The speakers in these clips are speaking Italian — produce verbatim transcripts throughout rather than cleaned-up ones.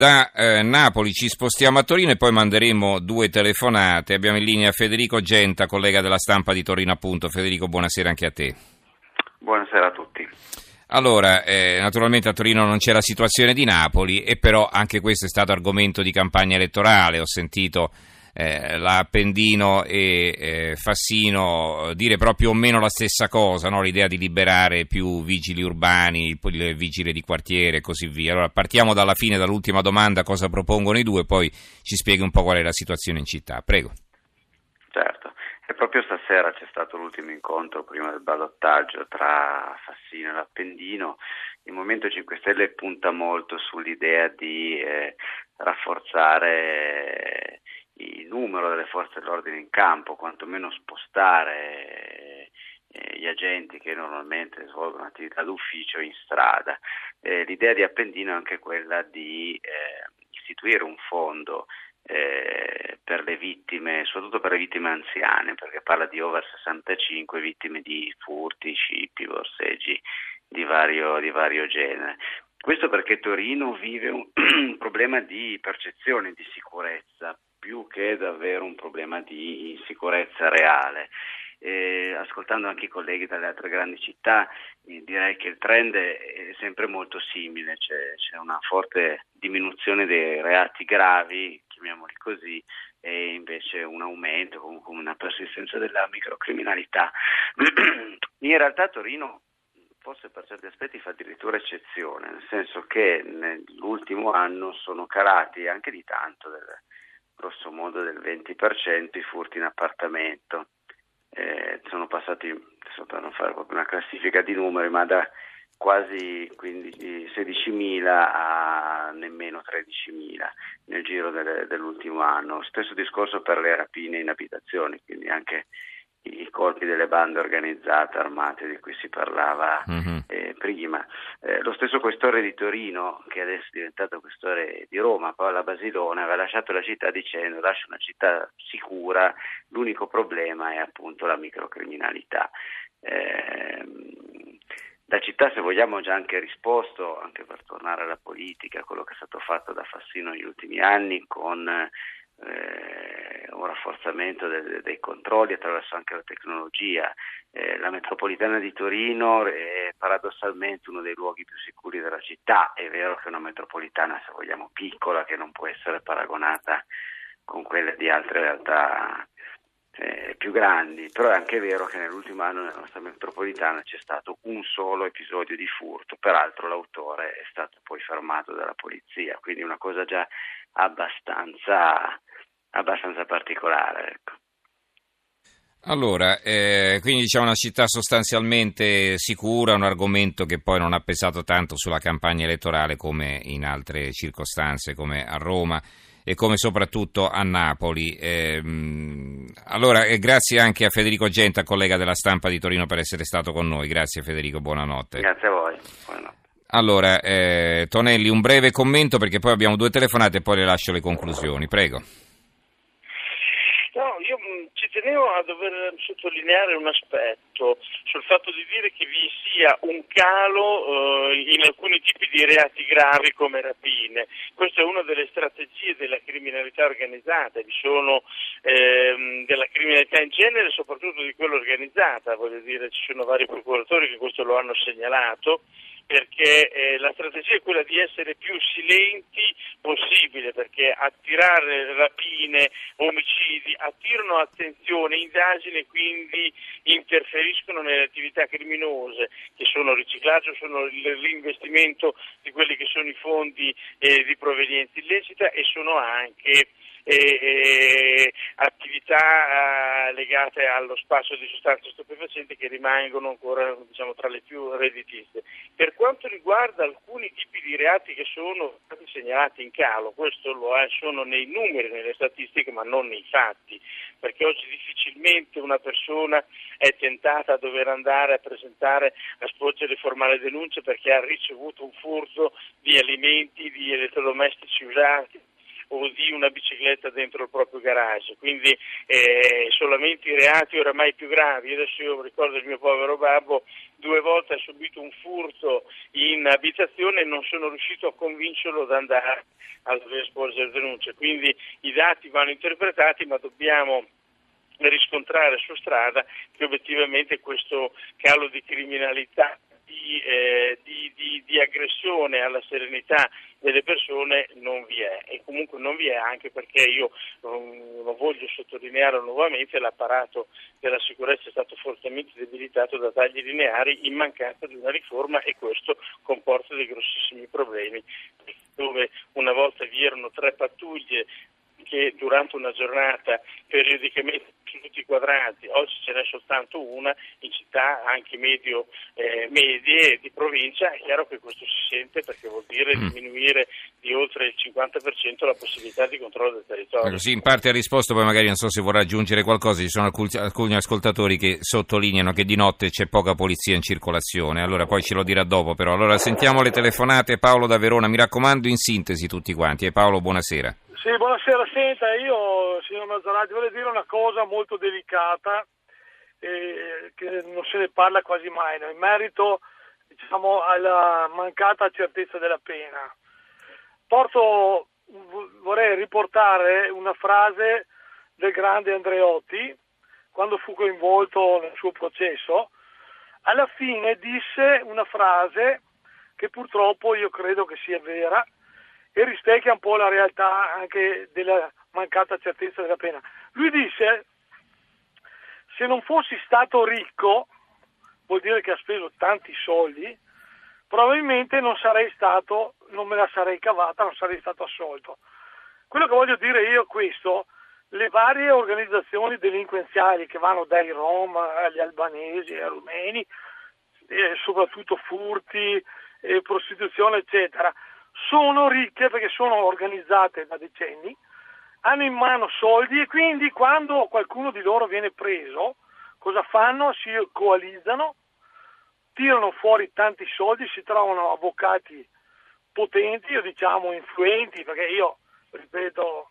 Da eh, Napoli ci spostiamo a Torino e poi manderemo due telefonate. Abbiamo in linea Federico Genta, collega della Stampa di Torino appunto. Federico, buonasera anche a te. Buonasera a tutti. Allora, eh, naturalmente a Torino non c'è la situazione di Napoli e però anche questo è stato argomento di campagna elettorale. Ho sentito eh, la Appendino e eh, Fassino dire però più o meno la stessa cosa, no? L'idea di liberare più vigili urbani, poi il vigile di quartiere e così via. Allora partiamo dalla fine, dall'ultima domanda, cosa propongono i due, poi ci spieghi un po' qual è la situazione in città. Prego. Certo, e proprio stasera c'è stato l'ultimo incontro prima del ballottaggio tra Fassino e l'Appendino. Il Movimento cinque Stelle punta molto sull'idea di eh, rafforzare il numero delle forze dell'ordine in campo, quantomeno spostare eh, gli agenti che normalmente svolgono attività d'ufficio in strada. Eh, l'idea di Appendino è anche quella di eh, istituire un fondo eh, per le vittime, soprattutto per le vittime anziane, perché parla di over sessantacinque vittime di furti, scippi, borseggi di vario, di vario genere. Questo perché Torino vive un, un problema di percezione di sicurezza, più che davvero un problema di insicurezza reale. Eh, ascoltando anche i colleghi dalle altre grandi città, eh, direi che il trend è sempre molto simile, c'è, c'è una forte diminuzione dei reati gravi, chiamiamoli così, e invece un aumento, comunque una persistenza della microcriminalità. In realtà Torino forse per certi aspetti fa addirittura eccezione, nel senso che nell'ultimo anno sono calati anche di tanto, del, grosso modo del venti per cento, i furti in appartamento. Eh, sono passati, adesso per non fare proprio una classifica di numeri, ma da quasi quindici, sedicimila a nemmeno tredicimila nel giro delle, dell'ultimo anno. Stesso discorso per le rapine in abitazioni, quindi anche i colpi delle bande organizzate armate di cui si parlava mm-hmm. eh, prima. Eh, lo stesso questore di Torino, che adesso è diventato questore di Roma, Paola Basilone, aveva lasciato la città dicendo: lascia una città sicura, l'unico problema è appunto la microcriminalità. Eh, la città, se vogliamo, ha già anche risposto, anche per tornare alla politica, a quello che è stato fatto da Fassino negli ultimi anni con Eh, un rafforzamento de- dei controlli attraverso anche la tecnologia. Eh, la metropolitana di Torino è paradossalmente uno dei luoghi più sicuri della città. È vero che è una metropolitana, se vogliamo, piccola, che non può essere paragonata con quelle di altre realtà eh, più grandi, però è anche vero che nell'ultimo anno nella nostra metropolitana c'è stato un solo episodio di furto, peraltro l'autore è stato poi fermato dalla polizia, quindi una cosa già abbastanza abbastanza particolare, ecco. Allora, eh, quindi diciamo una città sostanzialmente sicura, un argomento che poi non ha pesato tanto sulla campagna elettorale come in altre circostanze, come a Roma e come soprattutto a Napoli. Eh, allora, eh, grazie anche a Federico Genta, collega della Stampa di Torino, per essere stato con noi. Grazie Federico, buonanotte. Grazie a voi, buonanotte. Allora, eh, Tonelli, un breve commento perché poi abbiamo due telefonate e poi le lascio le conclusioni, prego. No, io ci tenevo a dover sottolineare un aspetto sul fatto di dire che vi sia un calo eh, in alcuni tipi di reati gravi come rapine. Questa è una delle strategie della criminalità organizzata, vi sono ehm, della criminalità in genere, soprattutto di quella organizzata, voglio dire, ci sono vari procuratori che questo lo hanno segnalato, perché eh, la strategia è quella di essere più silenti possibile, perché attirare rapine, omicidi attirano attenzione, indagini e quindi interferiscono nelle attività criminose che sono riciclaggio, sono l'investimento di quelli che sono i fondi eh, di provenienza illecita e sono anche E, e attività eh, legate allo spaccio di sostanze stupefacenti che rimangono ancora, diciamo, tra le più redditizie. Per quanto riguarda alcuni tipi di reati che sono stati segnalati in calo, questo lo è, sono nei numeri, nelle statistiche, ma non nei fatti, perché oggi difficilmente una persona è tentata a dover andare a presentare, a sporgere formale denuncia perché ha ricevuto un furto di alimenti, di elettrodomestici usati o di una bicicletta dentro il proprio garage, quindi eh, solamente i reati oramai più gravi. Adesso io ricordo il mio povero babbo, due volte ha subito un furto in abitazione e non sono riuscito a convincerlo ad andare a dover sporgere denuncia, quindi i dati vanno interpretati, ma dobbiamo riscontrare su strada che obiettivamente questo calo di criminalità, di, eh, di, di, di aggressione alla serenità delle persone non vi è, e comunque non vi è anche perché io um, lo voglio sottolineare nuovamente, l'apparato della sicurezza è stato fortemente debilitato da tagli lineari in mancanza di una riforma, e questo comporta dei grossissimi problemi, dove una volta vi erano tre pattuglie che durante una giornata periodicamente su tutti i quadranti, oggi ce n'è soltanto una in città anche medio eh, medie di provincia. È chiaro che questo si sente perché vuol dire mm. diminuire di oltre il cinquanta per cento la possibilità di controllo del territorio. Sì, in parte ha risposto, poi magari non so se vorrà aggiungere qualcosa. Ci sono alcuni, alcuni ascoltatori che sottolineano che di notte c'è poca polizia in circolazione, allora poi ce lo dirà dopo però. Allora sentiamo le telefonate. Paolo da Verona, mi raccomando in sintesi tutti quanti. E Paolo, buonasera. Sì, buonasera. Senta, io, signor Mazzarati, voglio dire una cosa molto delicata eh, che non se ne parla quasi mai, no? In merito, diciamo, alla mancata certezza della pena. Porto, vorrei riportare una frase del grande Andreotti quando fu coinvolto nel suo processo. Alla fine disse una frase che purtroppo io credo che sia vera e rispecchia un po' la realtà anche della mancata certezza della pena. Lui disse: se non fossi stato ricco, vuol dire che ha speso tanti soldi, probabilmente non sarei stato, non me la sarei cavata, non sarei stato assolto. Quello che voglio dire io è questo: le varie organizzazioni delinquenziali che vanno dai Rom agli albanesi, ai rumeni, eh, soprattutto furti, eh, prostituzione eccetera, sono ricche perché sono organizzate da decenni, hanno in mano soldi e quindi quando qualcuno di loro viene preso, cosa fanno? Si coalizzano, tirano fuori tanti soldi, si trovano avvocati potenti, o diciamo influenti, perché io, ripeto,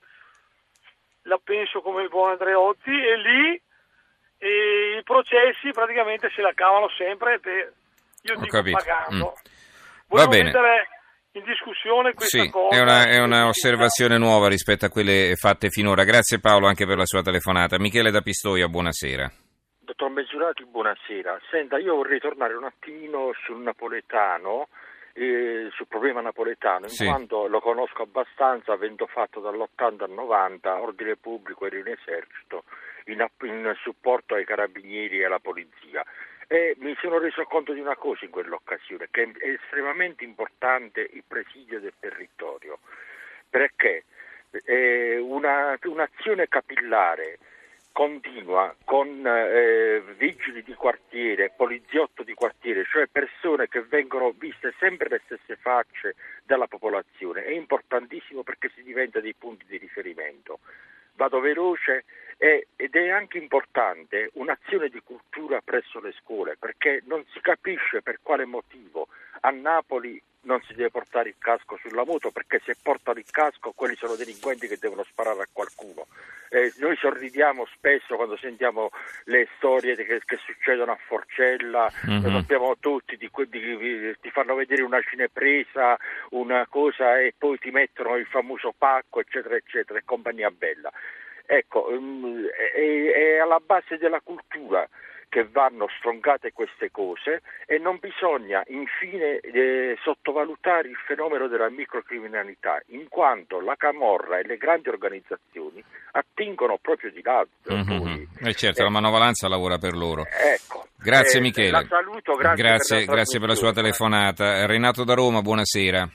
la penso come il buon Andreotti, e lì e i processi praticamente se la cavano sempre per, io Ho dico, capito. pagando. Mm. Volevo Va bene. mettere in discussione questa sì, cosa. È una, è una osservazione nuova rispetto a quelle fatte finora. Grazie Paolo anche per la sua telefonata. Michele da Pistoia, buonasera. Dottor Mezzurati, buonasera. Senta, io vorrei tornare un attimino sul napoletano, eh, sul problema napoletano, in sì. quanto lo conosco abbastanza, avendo fatto dall'ottanta al novanta ordine pubblico ero in esercito, in, in supporto ai carabinieri e alla polizia. E mi sono reso conto di una cosa in quell'occasione, che è estremamente importante il presidio del territorio, perché eh, una, un'azione capillare continua con eh, vigili di quartiere, poliziotto di quartiere, cioè persone che vengono viste sempre le stesse facce dalla popolazione, è importantissimo perché si diventa dei punti di riferimento. Vado veloce. Ed è anche importante un'azione di cultura presso le scuole, perché non si capisce per quale motivo a Napoli non si deve portare il casco sulla moto, perché se portano il casco quelli sono delinquenti che devono sparare a qualcuno. Eh, noi sorridiamo spesso quando sentiamo le storie che, che succedono a Forcella, mm-hmm. lo sappiamo tutti, di, di, di, ti fanno vedere una cinepresa, una cosa e poi ti mettono il famoso pacco eccetera eccetera e compagnia bella. Ecco, è, è alla base della cultura che vanno stroncate queste cose e non bisogna infine eh, sottovalutare il fenomeno della microcriminalità, in quanto la camorra e le grandi organizzazioni attingono proprio di là. Mm-hmm. E certo, eh, la manovalanza lavora per loro. Ecco. Grazie eh, Michele. La saluto, grazie, grazie, per, la grazie per la sua telefonata. Renato da Roma, buonasera.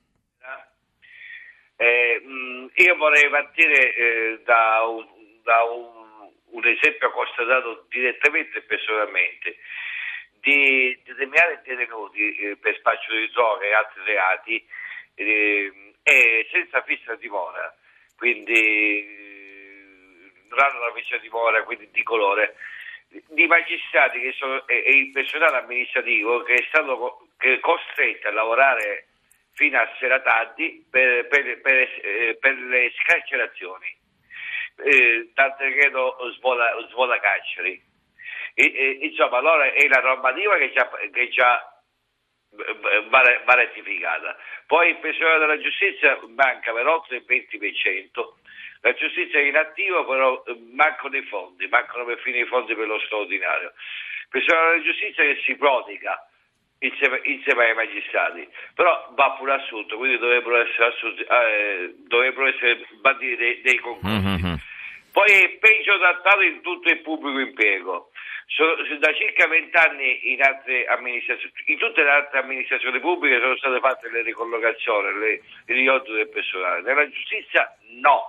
Eh, mh, io vorrei partire eh, da, un, da un, un esempio constatato direttamente e personalmente di determinati detenuti eh, per spaccio di droga e altri reati eh, e senza fissa dimora, quindi eh, non hanno la fissa dimora, quindi di colore, di magistrati che sono, e, e il personale amministrativo che è stato che è costretto a lavorare fino a sera tardi per, per, per, eh, per le scarcerazioni, eh, tanto che non svola, svola carceri. E, e, insomma, allora è la normativa che già, che già va, va rettificata. Poi il personale della giustizia manca per oltre il venti per cento. La giustizia è inattiva, però mancano i fondi, mancano perfino i fondi per lo straordinario. Il personale della giustizia che si prodiga insieme, insieme ai magistrati, però va pure assunto, quindi dovrebbero essere assunti, eh, dovrebbero essere banditi dei, dei concorsi. Mm-hmm. Poi è peggio trattato in tutto il pubblico impiego. So, da circa vent'anni in altre amministrazioni, in tutte le altre amministrazioni pubbliche sono state fatte le ricollocazioni, le, il riordino del personale. Nella giustizia no.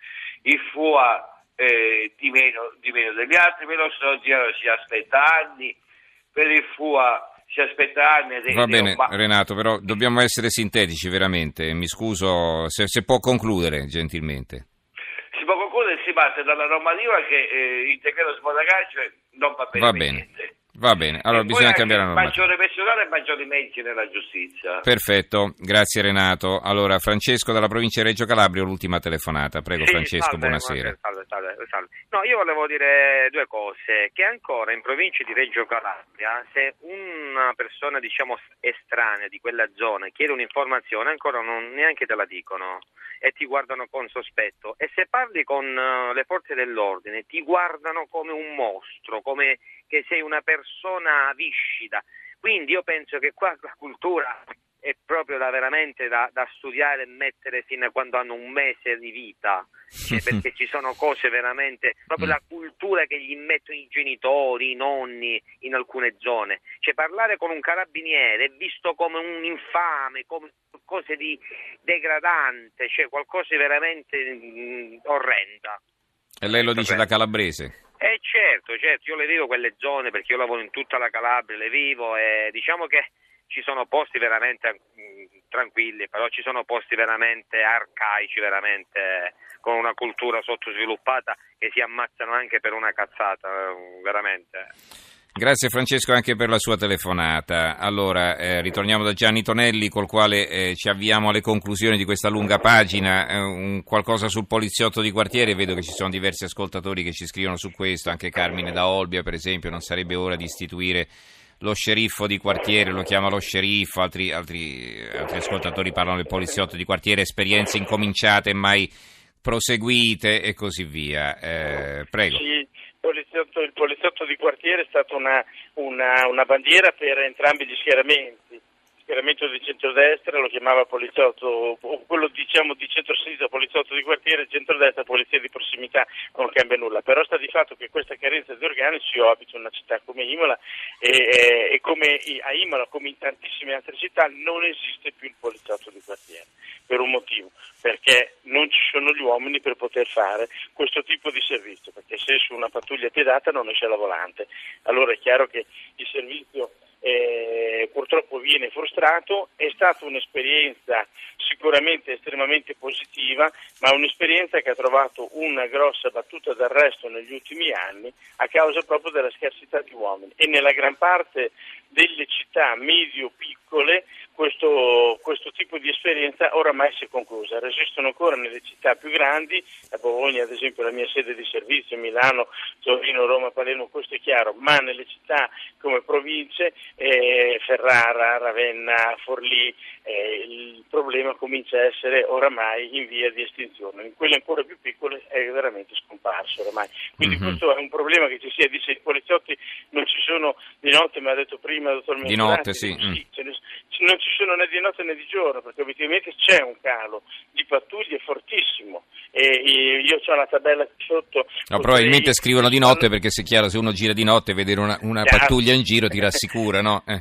Il F U A eh, di, meno, di meno degli altri, per lo straordinario si aspetta anni, per il F U A si aspetta anni. Va bene, ma... Renato, però dobbiamo essere sintetici veramente, mi scuso, se, se può concludere gentilmente. Si può concludere, si parte dalla normativa che eh, il decreto svuota-carcere non va bene. Va bene. Niente. Va bene, allora e bisogna cambiare la normativa. Maggiore personale e maggiori mezzi nella giustizia. Perfetto, grazie Renato. Allora, Francesco dalla provincia di Reggio Calabria, l'ultima telefonata. Prego sì, Francesco, salve, buonasera. Salve, salve, salve. No, io volevo dire due cose, che ancora in provincia di Reggio Calabria, se una persona diciamo estranea di quella zona chiede un'informazione, ancora non neanche te la dicono e ti guardano con sospetto, e se parli con uh, le forze dell'ordine ti guardano come un mostro, come che sei una persona viscida. Quindi io penso che qua la cultura è proprio da veramente da, da studiare e mettere fino a quando hanno un mese di vita, cioè, perché ci sono cose veramente, proprio la cultura che gli mettono i genitori, i nonni in alcune zone. Cioè parlare con un carabiniere è visto come un infame, come qualcosa di degradante, cioè qualcosa di veramente mh, orrenda. E lei lo dice da calabrese? Eh certo, certo, io le vivo quelle zone perché io lavoro in tutta la Calabria, le vivo e diciamo che ci sono posti veramente mh, tranquilli, però ci sono posti veramente arcaici, veramente con una cultura sottosviluppata che si ammazzano anche per una cazzata, veramente. Grazie Francesco anche per la sua telefonata. Allora, eh, ritorniamo da Gianni Tonelli col quale eh, ci avviamo alle conclusioni di questa lunga pagina, eh, un, qualcosa sul poliziotto di quartiere, vedo che ci sono diversi ascoltatori che ci scrivono su questo, anche Carmine da Olbia per esempio, non sarebbe ora di istituire lo sceriffo di quartiere, lo chiama lo sceriffo, altri, altri, altri ascoltatori parlano del poliziotto di quartiere, esperienze incominciate e mai proseguite e così via. Eh, prego. Sì. Poliziotto, il poliziotto di quartiere è stata una, una, una bandiera per entrambi gli schieramenti. Il schieramento di centrodestra lo chiamava poliziotto, o quello diciamo di centrosinistra poliziotto di quartiere, centrodestra polizia di prossimità, non cambia nulla. Però sta di fatto che questa carenza di organici, io abito in una città come Imola e, e, e come a Imola, come in tantissime altre città, non esiste più il poliziotto di quartiere. Per un motivo, perché non ci sono gli uomini per poter fare questo tipo di servizio, perché se su una pattuglia piedata non esce la volante, allora è chiaro che il servizio eh, purtroppo viene frustrato. È stata un'esperienza sicuramente estremamente positiva, ma un'esperienza che ha trovato una grossa battuta d'arresto negli ultimi anni a causa proprio della scarsità di uomini, e nella gran parte delle città medio-piccole questo, questo tipo di esperienza oramai si è conclusa. Resistono ancora nelle città più grandi, a Bologna ad esempio la mia sede di servizio, Milano, Torino, Roma, Palermo, questo è chiaro, ma nelle città come province, eh, Ferrara, Ravenna, Forlì, eh, il problema comincia a essere oramai in via di estinzione. In quelle ancora più piccole è veramente scomparso oramai. Quindi mm-hmm. questo è un problema che ci sia. Dice i poliziotti non ci sono di notte, mi ha detto prima il dottor Menturati. Di notte, sì. sì mm. ce ne, non ci sono né di notte né di giorno, perché obiettivamente c'è un calo di pattuglie fortissimo. E io ho la tabella sotto. No, probabilmente scrivono di notte perché se è chiaro, se uno gira di notte vedere una, una pattuglia in giro ti rassicura, no? Eh.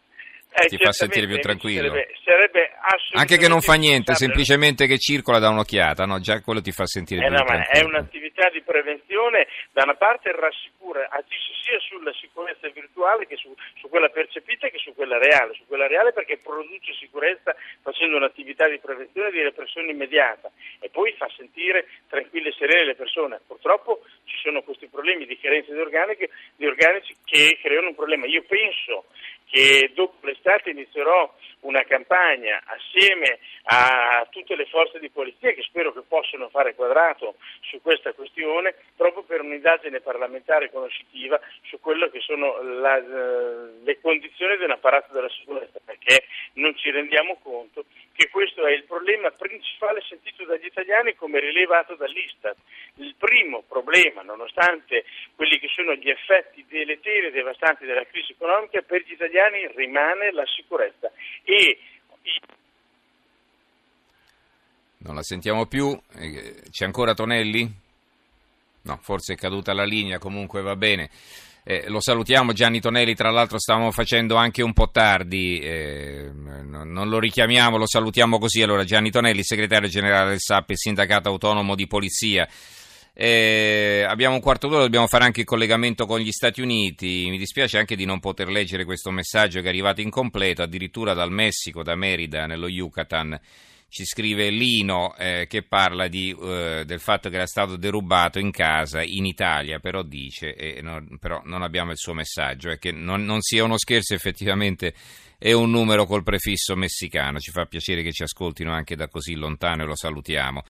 Eh, ti fa sentire più tranquillo. Sarebbe, sarebbe anche che non fa niente, semplicemente che circola, da un'occhiata, no? Già quello ti fa sentire eh più no, tranquillo. Ma è un'attività di prevenzione, da una parte rassicura, agisce sia sulla sicurezza virtuale che su, su quella percepita che su quella reale, su quella reale perché produce sicurezza facendo un'attività di prevenzione e di repressione immediata, e poi fa sentire tranquille e serene le persone. Purtroppo ci sono questi problemi di carenza di organici, di organici che creano un problema. Io penso che dopo l'estate inizierò una campagna assieme a tutte le forze di polizia che spero che possano fare quadrato su questa questione, proprio per un'indagine parlamentare conoscitiva su quello che sono la, le condizioni di un apparato della sicurezza, perché non ci rendiamo conto che questo è il problema principale sentito dagli italiani, come rilevato dall'Istat. Il primo problema, nonostante quelli che sono gli effetti deleteri e devastanti della crisi economica, per gli italiani rimane la sicurezza. E non la sentiamo più. C'è ancora Tonelli? No, forse è caduta la linea, comunque va bene. Eh, lo salutiamo Gianni Tonelli, tra l'altro stavamo facendo anche un po' tardi, eh, non, non lo richiamiamo, lo salutiamo così. Allora, Gianni Tonelli, segretario generale del S A P, il sindacato autonomo di polizia. Eh, abbiamo un quarto d'ora, dobbiamo fare anche il collegamento con gli Stati Uniti. Mi dispiace anche di non poter leggere questo messaggio che è arrivato incompleto, addirittura dal Messico, da Merida, nello Yucatan. Ci scrive Lino eh, che parla di, eh, del fatto che era stato derubato in casa in Italia, però dice, eh, no, però non abbiamo il suo messaggio, è che non, non sia uno scherzo, effettivamente è un numero col prefisso messicano. Ci fa piacere che ci ascoltino anche da così lontano e lo salutiamo.